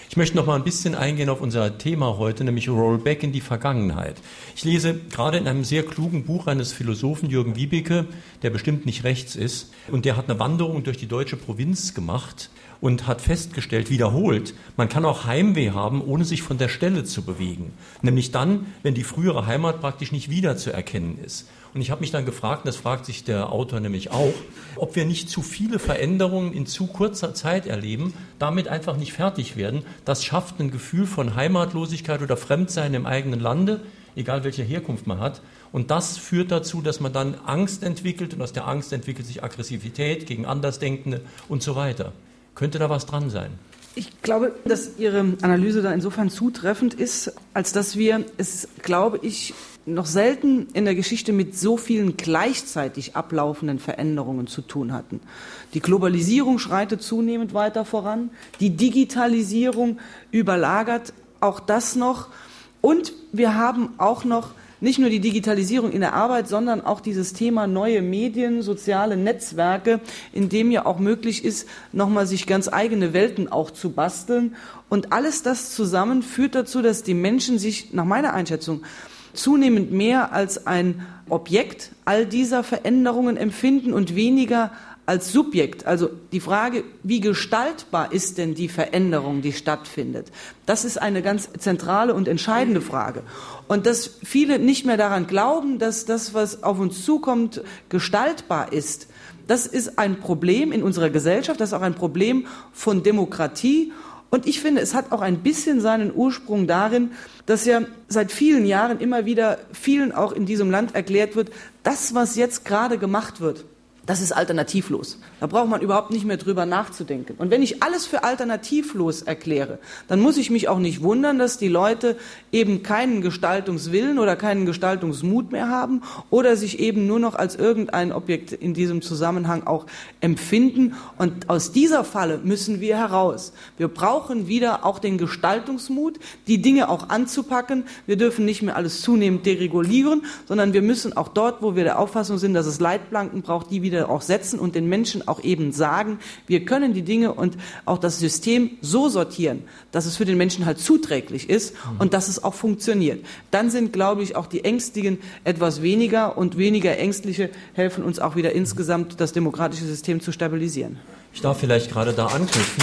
Ich möchte noch mal ein bisschen eingehen auf unser Thema heute, nämlich Rollback in die Vergangenheit. Ich lese gerade in einem sehr klugen Buch eines Philosophen, Jürgen Wiebeke, der bestimmt nicht rechts ist, und der hat eine Wanderung durch die deutsche Provinz gemacht und hat festgestellt, wiederholt, man kann auch Heimweh haben, ohne sich von der Stelle zu bewegen. Nämlich dann, wenn die frühere Heimat praktisch nicht wiederzuerkennen ist. Und ich habe mich dann gefragt, und das fragt sich der Autor nämlich auch, ob wir nicht zu viele Veränderungen in zu kurzer Zeit erleben, damit einfach nicht fertig werden. Das schafft ein Gefühl von Heimatlosigkeit oder Fremdsein im eigenen Lande, egal welche Herkunft man hat. Und das führt dazu, dass man dann Angst entwickelt und aus der Angst entwickelt sich Aggressivität gegen Andersdenkende und so weiter. Könnte da was dran sein? Ich glaube, dass Ihre Analyse da insofern zutreffend ist, als dass wir es, glaube ich, noch selten in der Geschichte mit so vielen gleichzeitig ablaufenden Veränderungen zu tun hatten. Die Globalisierung schreitet zunehmend weiter voran, die Digitalisierung überlagert auch das noch und wir haben auch noch nicht nur die Digitalisierung in der Arbeit, sondern auch dieses Thema neue Medien, soziale Netzwerke, in dem ja auch möglich ist, nochmal sich ganz eigene Welten auch zu basteln. Und alles das zusammen führt dazu, dass die Menschen sich, nach meiner Einschätzung, zunehmend mehr als ein Objekt all dieser Veränderungen empfinden und weniger als Subjekt. Also die Frage, wie gestaltbar ist denn die Veränderung, die stattfindet? Das ist eine ganz zentrale und entscheidende Frage. Und dass viele nicht mehr daran glauben, dass das, was auf uns zukommt, gestaltbar ist, das ist ein Problem in unserer Gesellschaft, das ist auch ein Problem von Demokratie. Und ich finde, es hat auch ein bisschen seinen Ursprung darin, dass ja seit vielen Jahren immer wieder vielen auch in diesem Land erklärt wird, das, was jetzt gerade gemacht wird, das ist alternativlos. Da braucht man überhaupt nicht mehr drüber nachzudenken. Und wenn ich alles für alternativlos erkläre, dann muss ich mich auch nicht wundern, dass die Leute eben keinen Gestaltungswillen oder keinen Gestaltungsmut mehr haben oder sich eben nur noch als irgendein Objekt in diesem Zusammenhang auch empfinden. Und aus dieser Falle müssen wir heraus. Wir brauchen wieder auch den Gestaltungsmut, die Dinge auch anzupacken. Wir dürfen nicht mehr alles zunehmend deregulieren, sondern wir müssen auch dort, wo wir der Auffassung sind, dass es Leitplanken braucht, die wieder auch setzen und den Menschen auch eben sagen, wir können die Dinge und auch das System so sortieren, dass es für den Menschen halt zuträglich ist und dass es auch funktioniert. Dann sind, glaube ich, auch die Ängstlichen etwas weniger und weniger Ängstliche helfen uns auch wieder insgesamt, das demokratische System zu stabilisieren. Ich darf vielleicht gerade da anknüpfen.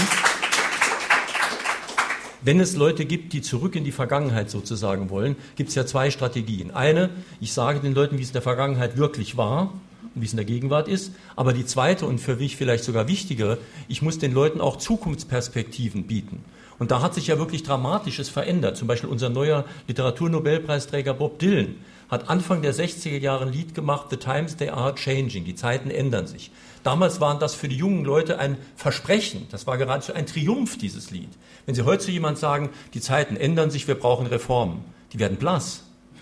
Wenn es Leute gibt, die zurück in die Vergangenheit sozusagen wollen, gibt es ja zwei Strategien. Eine, ich sage den Leuten, wie es in der Vergangenheit wirklich war, wie es in der Gegenwart ist. Aber die zweite und für mich vielleicht sogar wichtigere, ich muss den Leuten auch Zukunftsperspektiven bieten. Und da hat sich ja wirklich Dramatisches verändert. Zum Beispiel unser neuer Literaturnobelpreisträger Bob Dylan hat Anfang der sechziger Jahre ein Lied gemacht, The Times They Are Changing, die Zeiten ändern sich. Damals waren das für die jungen Leute ein Versprechen, das war geradezu ein Triumph, dieses Lied. Wenn Sie heute zu jemandem sagen, die Zeiten ändern sich, wir brauchen Reformen, die werden blass.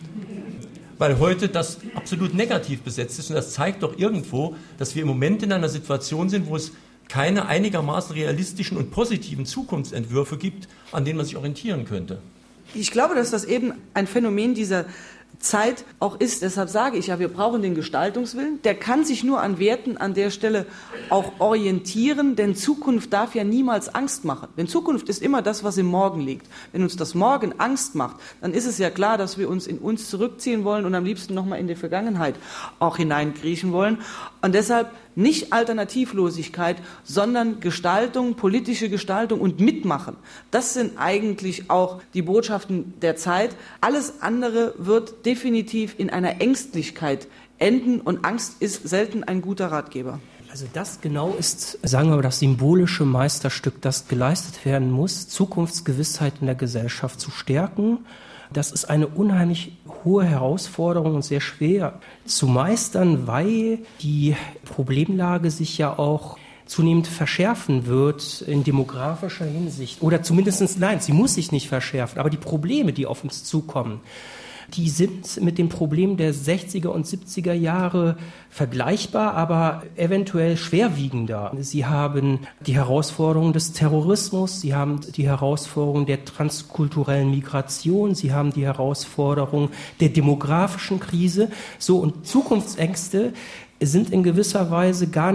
Weil heute das absolut negativ besetzt ist und das zeigt doch irgendwo, dass wir im Moment in einer Situation sind, wo es keine einigermaßen realistischen und positiven Zukunftsentwürfe gibt, an denen man sich orientieren könnte. Ich glaube, dass das eben ein Phänomen dieser Zeit auch ist. Deshalb sage ich ja, wir brauchen den Gestaltungswillen. Der kann sich nur an Werten an der Stelle auch orientieren, denn Zukunft darf ja niemals Angst machen. Denn Zukunft ist immer das, was im Morgen liegt. Wenn uns das Morgen Angst macht, dann ist es ja klar, dass wir uns in uns zurückziehen wollen und am liebsten nochmal in die Vergangenheit auch hineinkriechen wollen. Und deshalb nicht Alternativlosigkeit, sondern Gestaltung, politische Gestaltung und Mitmachen. Das sind eigentlich auch die Botschaften der Zeit. Alles andere wird definitiv in einer Ängstlichkeit enden und Angst ist selten ein guter Ratgeber. Also das genau ist, sagen wir mal, das symbolische Meisterstück, das geleistet werden muss, Zukunftsgewissheit in der Gesellschaft zu stärken. Das ist eine unheimlich hohe Herausforderung und sehr schwer zu meistern, weil die Problemlage sich ja auch zunehmend verschärfen wird in demografischer Hinsicht. Oder zumindest, nein, sie muss sich nicht verschärfen, aber die Probleme, die auf uns zukommen, die sind mit den Problemen der sechziger und siebziger Jahre vergleichbar, aber eventuell schwerwiegender. Sie haben die Herausforderungen des Terrorismus, sie haben die Herausforderungen der transkulturellen Migration, sie haben die Herausforderung der demografischen Krise. So, und Zukunftsängste sind in gewisser Weise gar nicht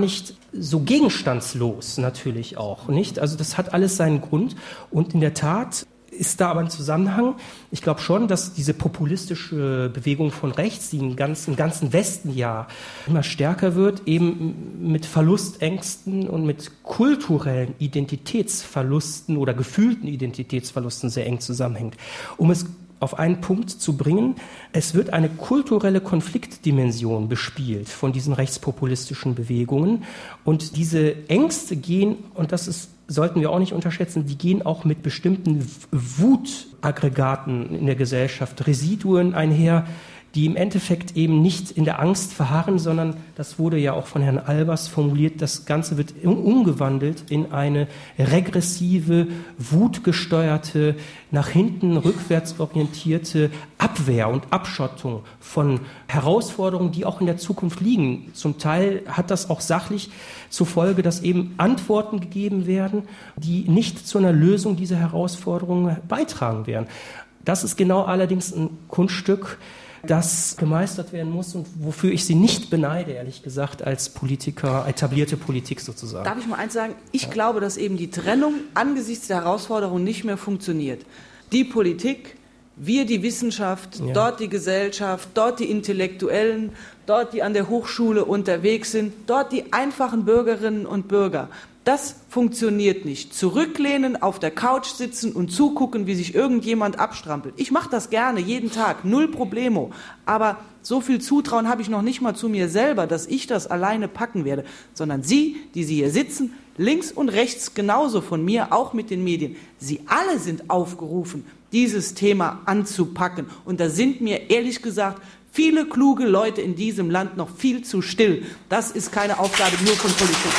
so gegenstandslos natürlich auch, nicht? Also das hat alles seinen Grund und in der Tat ist da aber ein Zusammenhang. Ich glaube schon, dass diese populistische Bewegung von rechts, die im ganzen, im ganzen Westen ja immer stärker wird, eben mit Verlustängsten und mit kulturellen Identitätsverlusten oder gefühlten Identitätsverlusten sehr eng zusammenhängt. Um es auf einen Punkt zu bringen, es wird eine kulturelle Konfliktdimension bespielt von diesen rechtspopulistischen Bewegungen und diese Ängste gehen, und das ist sollten wir auch nicht unterschätzen, die gehen auch mit bestimmten Wutaggregaten in der Gesellschaft, Residuen einher, die im Endeffekt eben nicht in der Angst verharren, sondern, das wurde ja auch von Herrn Albers formuliert, das Ganze wird umgewandelt in eine regressive, wutgesteuerte, nach hinten rückwärts orientierte Abwehr und Abschottung von Herausforderungen, die auch in der Zukunft liegen. Zum Teil hat das auch sachlich zur Folge, dass eben Antworten gegeben werden, die nicht zu einer Lösung dieser Herausforderungen beitragen werden. Das ist genau allerdings ein Kunststück, das gemeistert werden muss und wofür ich Sie nicht beneide, ehrlich gesagt, als Politiker, etablierte Politik sozusagen. Darf ich mal eins sagen? Ich ja. glaube, dass eben die Trennung angesichts der Herausforderung nicht mehr funktioniert. Die Politik, wir die Wissenschaft, ja. dort die Gesellschaft, dort die Intellektuellen, dort die an der Hochschule unterwegs sind, dort die einfachen Bürgerinnen und Bürger. Das funktioniert nicht. Zurücklehnen, auf der Couch sitzen und zugucken, wie sich irgendjemand abstrampelt. Ich mache das gerne, jeden Tag, null Problemo. Aber so viel Zutrauen habe ich noch nicht mal zu mir selber, dass ich das alleine packen werde. Sondern Sie, die Sie hier sitzen, links und rechts genauso von mir, auch mit den Medien. Sie alle sind aufgerufen, dieses Thema anzupacken. Und da sind mir ehrlich gesagt viele kluge Leute in diesem Land noch viel zu still. Das ist keine Aufgabe nur von Politik.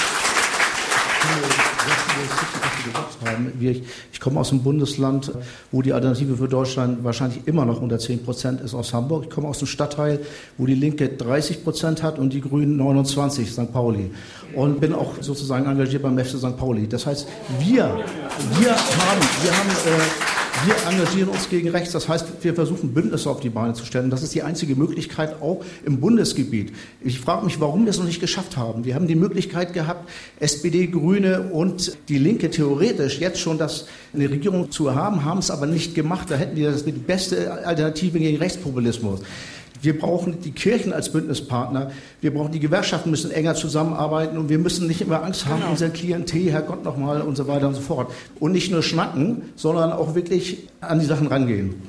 Ich komme aus einem Bundesland, wo die Alternative für Deutschland wahrscheinlich immer noch unter zehn Prozent ist, aus Hamburg. Ich komme aus einem Stadtteil, wo die Linke dreißig Prozent hat und die Grünen neunundzwanzig, Sankt Pauli. Und bin auch sozusagen engagiert beim F C Sankt Pauli. Das heißt, wir, wir haben, wir haben, äh, wir engagieren uns gegen rechts. Das heißt, wir versuchen Bündnisse auf die Beine zu stellen. Das ist die einzige Möglichkeit auch im Bundesgebiet. Ich frage mich, warum wir es noch nicht geschafft haben. Wir haben die Möglichkeit gehabt, S P D, Grüne und die Linke theoretisch jetzt schon das, eine Regierung zu haben, haben es aber nicht gemacht. Da hätten wir das die beste Alternative gegen Rechtspopulismus. Wir brauchen die Kirchen als Bündnispartner. Wir brauchen die Gewerkschaften, müssen enger zusammenarbeiten und wir müssen nicht immer Angst haben, genau. unser Klientel, Herrgott nochmal und so weiter und so fort. Und nicht nur schnacken, sondern auch wirklich an die Sachen rangehen.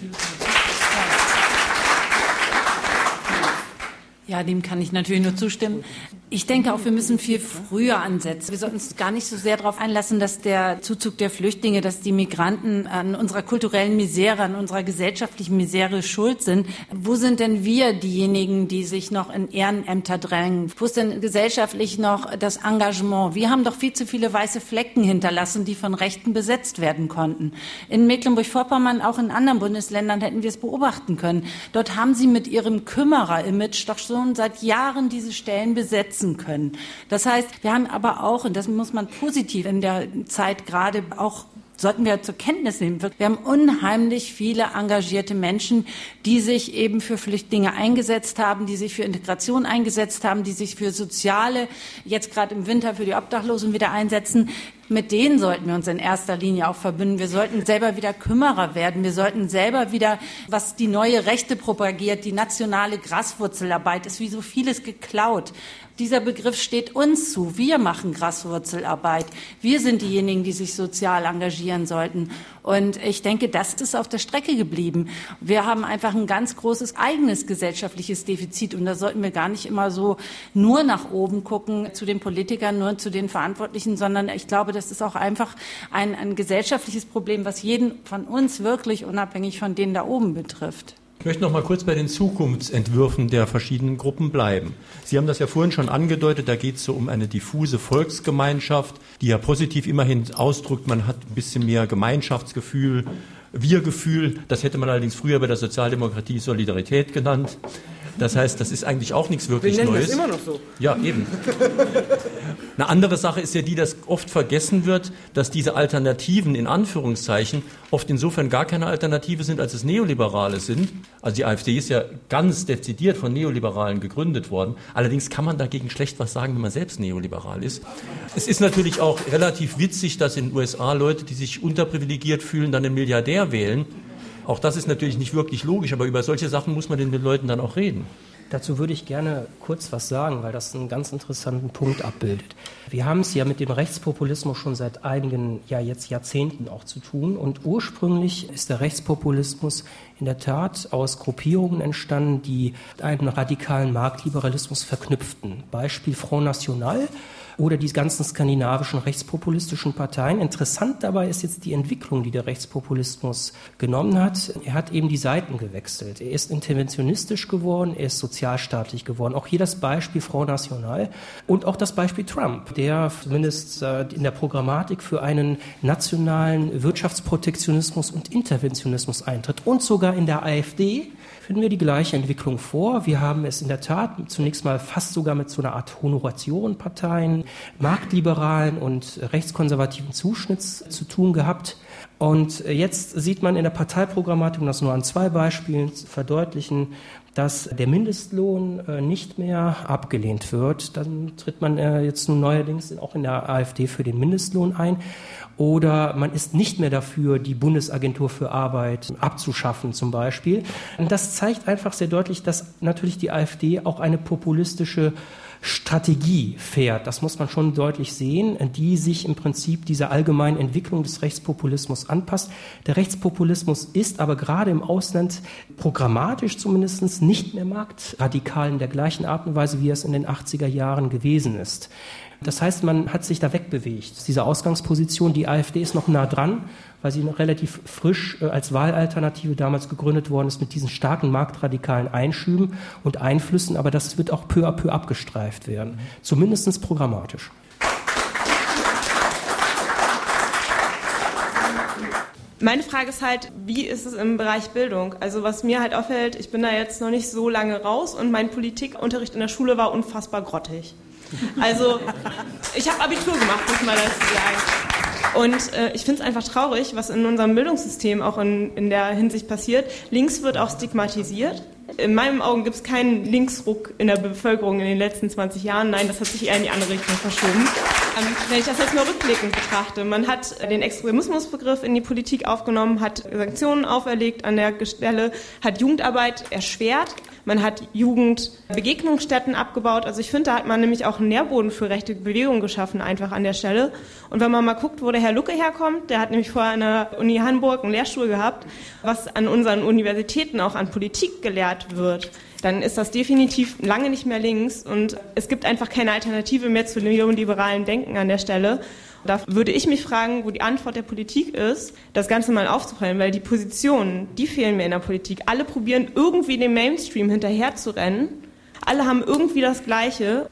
Ja, dem kann ich natürlich nur zustimmen. Ich denke auch, wir müssen viel früher ansetzen. Wir sollten uns gar nicht so sehr darauf einlassen, dass der Zuzug der Flüchtlinge, dass die Migranten an unserer kulturellen Misere, an unserer gesellschaftlichen Misere schuld sind. Wo sind denn wir diejenigen, die sich noch in Ehrenämter drängen? Wo ist denn gesellschaftlich noch das Engagement? Wir haben doch viel zu viele weiße Flecken hinterlassen, die von Rechten besetzt werden konnten. In Mecklenburg-Vorpommern, auch in anderen Bundesländern hätten wir es beobachten können. Dort haben sie mit ihrem Kümmerer-Image doch schon seit Jahren diese Stellen besetzen können. Das heißt, wir haben aber auch, und das muss man positiv in der Zeit gerade auch sollten wir zur Kenntnis nehmen. Wir haben unheimlich viele engagierte Menschen, die sich eben für Flüchtlinge eingesetzt haben, die sich für Integration eingesetzt haben, die sich für soziale, jetzt gerade im Winter für die Obdachlosen wieder einsetzen. Mit denen sollten wir uns in erster Linie auch verbünden. Wir sollten selber wieder Kümmerer werden. Wir sollten selber wieder, was die neue Rechte propagiert, die nationale Graswurzelarbeit, ist wie so vieles geklaut. Dieser Begriff steht uns zu. Wir machen Graswurzelarbeit. Wir sind diejenigen, die sich sozial engagieren sollten. Und ich denke, das ist auf der Strecke geblieben. Wir haben einfach ein ganz großes eigenes gesellschaftliches Defizit. Und da sollten wir gar nicht immer so nur nach oben gucken zu den Politikern, nur zu den Verantwortlichen, sondern ich glaube, das ist auch einfach ein, ein gesellschaftliches Problem, was jeden von uns wirklich unabhängig von denen da oben betrifft. Ich möchte noch mal kurz bei den Zukunftsentwürfen der verschiedenen Gruppen bleiben. Sie haben das ja vorhin schon angedeutet, da geht es so um eine diffuse Volksgemeinschaft, die ja positiv immerhin ausdrückt, man hat ein bisschen mehr Gemeinschaftsgefühl, Wir-Gefühl. Das hätte man allerdings früher bei der Sozialdemokratie Solidarität genannt. Das heißt, das ist eigentlich auch nichts wirklich Wir nennen Neues. das immer noch so. Ja, eben. Eine andere Sache ist ja die, dass oft vergessen wird, dass diese Alternativen in Anführungszeichen oft insofern gar keine Alternative sind, als es Neoliberale sind. Also die AfD ist ja ganz dezidiert von Neoliberalen gegründet worden. Allerdings kann man dagegen schlecht was sagen, wenn man selbst neoliberal ist. Es ist natürlich auch relativ witzig, dass in den U S A Leute, die sich unterprivilegiert fühlen, dann einen Milliardär wählen. Auch das ist natürlich nicht wirklich logisch, aber über solche Sachen muss man den Leuten dann auch reden. Dazu würde ich gerne kurz was sagen, weil das einen ganz interessanten Punkt abbildet. Wir haben es ja mit dem Rechtspopulismus schon seit einigen, ja jetzt Jahrzehnten auch zu tun. Und ursprünglich ist der Rechtspopulismus in der Tat aus Gruppierungen entstanden, die einen radikalen Marktliberalismus verknüpften. Beispiel Front National oder die ganzen skandinavischen rechtspopulistischen Parteien. Interessant dabei ist jetzt die Entwicklung, die der Rechtspopulismus genommen hat. Er hat eben die Seiten gewechselt. Er ist interventionistisch geworden, er ist sozialstaatlich geworden. Auch hier das Beispiel Front National und auch das Beispiel Trump, der zumindest in der Programmatik für einen nationalen Wirtschaftsprotektionismus und Interventionismus eintritt. Und sogar in der AfD finden wir die gleiche Entwicklung vor. Wir haben es in der Tat zunächst mal fast sogar mit so einer Art Honoratiorenparteien, marktliberalen und rechtskonservativen Zuschnitts zu tun gehabt. Und jetzt sieht man in der Parteiprogrammatik, um das nur an zwei Beispielen zu verdeutlichen, dass der Mindestlohn äh, nicht mehr abgelehnt wird. Dann tritt man äh, jetzt nun neuerdings auch in der AfD für den Mindestlohn ein. Oder man ist nicht mehr dafür, die Bundesagentur für Arbeit abzuschaffen zum Beispiel. Und das zeigt einfach sehr deutlich, dass natürlich die AfD auch eine populistische Strategie fährt, das muss man schon deutlich sehen, die sich im Prinzip dieser allgemeinen Entwicklung des Rechtspopulismus anpasst. Der Rechtspopulismus ist aber gerade im Ausland programmatisch zumindest nicht mehr marktradikal in der gleichen Art und Weise, wie es in den achtziger Jahren gewesen ist. Das heißt, man hat sich da wegbewegt. Diese Ausgangsposition, die AfD ist noch nah dran, weil sie noch relativ frisch äh, als Wahlalternative damals gegründet worden ist mit diesen starken marktradikalen Einschüben und Einflüssen. Aber das wird auch peu à peu abgestreift werden, zumindest programmatisch. Meine Frage ist halt, wie ist es im Bereich Bildung? Also was mir halt auffällt, ich bin da jetzt noch nicht so lange raus und mein Politikunterricht in der Schule war unfassbar grottig. Also ich habe Abitur gemacht, muss man dazu sagen. Und äh, ich finde es einfach traurig, was in unserem Bildungssystem auch in, in der Hinsicht passiert. Links wird auch stigmatisiert. In meinen Augen gibt es keinen Linksruck in der Bevölkerung in den letzten zwanzig Jahren. Nein, das hat sich eher in die andere Richtung verschoben. Ähm, wenn ich das jetzt mal rückblickend betrachte, man hat den Extremismusbegriff in die Politik aufgenommen, hat Sanktionen auferlegt an der Stelle, hat Jugendarbeit erschwert, man hat Jugendbegegnungsstätten abgebaut. Also ich finde, da hat man nämlich auch einen Nährboden für rechte Bewegung geschaffen, einfach an der Stelle. Und wenn man mal guckt, wo der Herr Lucke herkommt, der hat nämlich vorher an der Uni Hamburg einen Lehrstuhl gehabt, was an unseren Universitäten auch an Politik gelehrt wird, dann ist das definitiv lange nicht mehr links und es gibt einfach keine Alternative mehr zu neoliberalen Denken an der Stelle. Da würde ich mich fragen, wo die Antwort der Politik ist, das Ganze mal aufzurollen, weil die Positionen, die fehlen mir in der Politik. Alle probieren irgendwie dem Mainstream hinterher zu rennen. Alle haben irgendwie das Gleiche.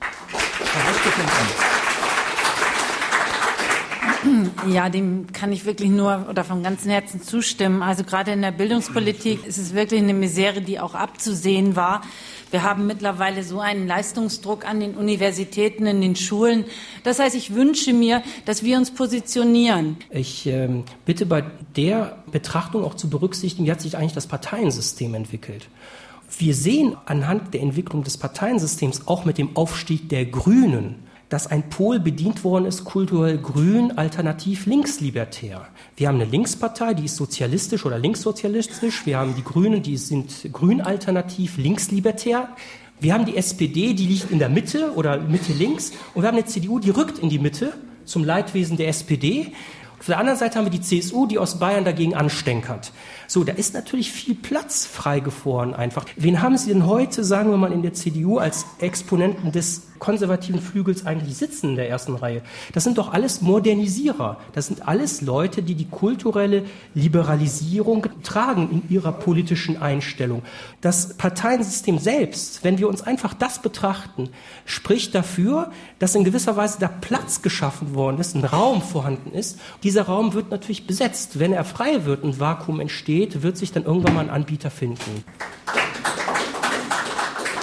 Ja, dem kann ich wirklich nur oder von ganzem Herzen zustimmen. Also gerade in der Bildungspolitik ist es wirklich eine Misere, die auch abzusehen war. Wir haben mittlerweile so einen Leistungsdruck an den Universitäten, in den Schulen. Das heißt, ich wünsche mir, dass wir uns positionieren. Ich ähm, bitte bei der Betrachtung auch zu berücksichtigen, wie hat sich eigentlich das Parteiensystem entwickelt. Wir sehen anhand der Entwicklung des Parteiensystems auch mit dem Aufstieg der Grünen, dass ein Pol bedient worden ist, kulturell grün, alternativ linkslibertär. Wir haben eine Linkspartei, die ist sozialistisch oder linkssozialistisch. Wir haben die Grünen, die sind grün-alternativ, linkslibertär. Wir haben die S P D, die liegt in der Mitte oder Mitte-links. Und wir haben eine C D U, die rückt in die Mitte zum Leidwesen der S P D. Auf der anderen Seite haben wir die C S U, die aus Bayern dagegen anstänkert. So, da ist natürlich viel Platz freigefroren einfach. Wen haben Sie denn heute, sagen wir mal, in der C D U als Exponenten des konservativen Flügels eigentlich sitzen in der ersten Reihe? Das sind doch alles Modernisierer. Das sind alles Leute, die die kulturelle Liberalisierung tragen in ihrer politischen Einstellung. Das Parteiensystem selbst, wenn wir uns einfach das betrachten, spricht dafür, dass in gewisser Weise da Platz geschaffen worden ist, ein Raum vorhanden ist. Dieser Raum wird natürlich besetzt. Wenn er frei wird, ein Vakuum entsteht, wird sich dann irgendwann mal ein Anbieter finden.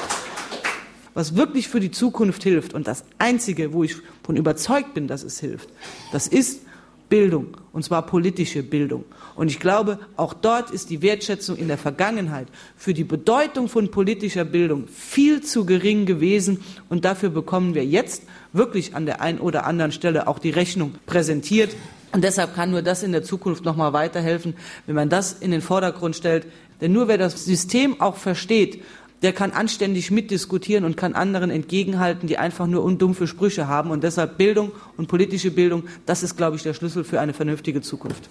was wirklich für die Zukunft hilft und das Einzige, wo ich von überzeugt bin, dass es hilft, das ist Bildung, und zwar politische Bildung. Und ich glaube, auch dort ist die Wertschätzung in der Vergangenheit für die Bedeutung von politischer Bildung viel zu gering gewesen. Und dafür bekommen wir jetzt wirklich an der einen oder anderen Stelle auch die Rechnung präsentiert. Und deshalb kann nur das in der Zukunft noch mal weiterhelfen, wenn man das in den Vordergrund stellt. Denn nur wer das System auch versteht, der kann anständig mitdiskutieren und kann anderen entgegenhalten, die einfach nur dumpfe Sprüche haben. Und deshalb Bildung und politische Bildung, das ist, glaube ich, der Schlüssel für eine vernünftige Zukunft.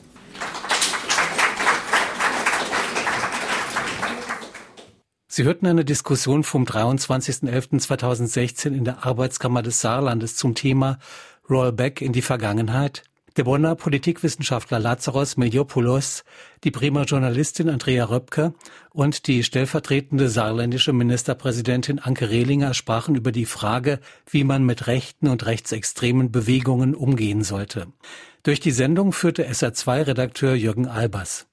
Sie hörten eine Diskussion vom dreiundzwanzigsten elften zweitausendsechzehn in der Arbeitskammer des Saarlandes zum Thema Rollback in die Vergangenheit. Der Bonner Politikwissenschaftler Lazaros Meliopoulos, die Bremer Journalistin Andrea Röpke und die stellvertretende saarländische Ministerpräsidentin Anke Rehlinger sprachen über die Frage, wie man mit rechten und rechtsextremen Bewegungen umgehen sollte. Durch die Sendung führte S R zwei Redakteur Jürgen Albers.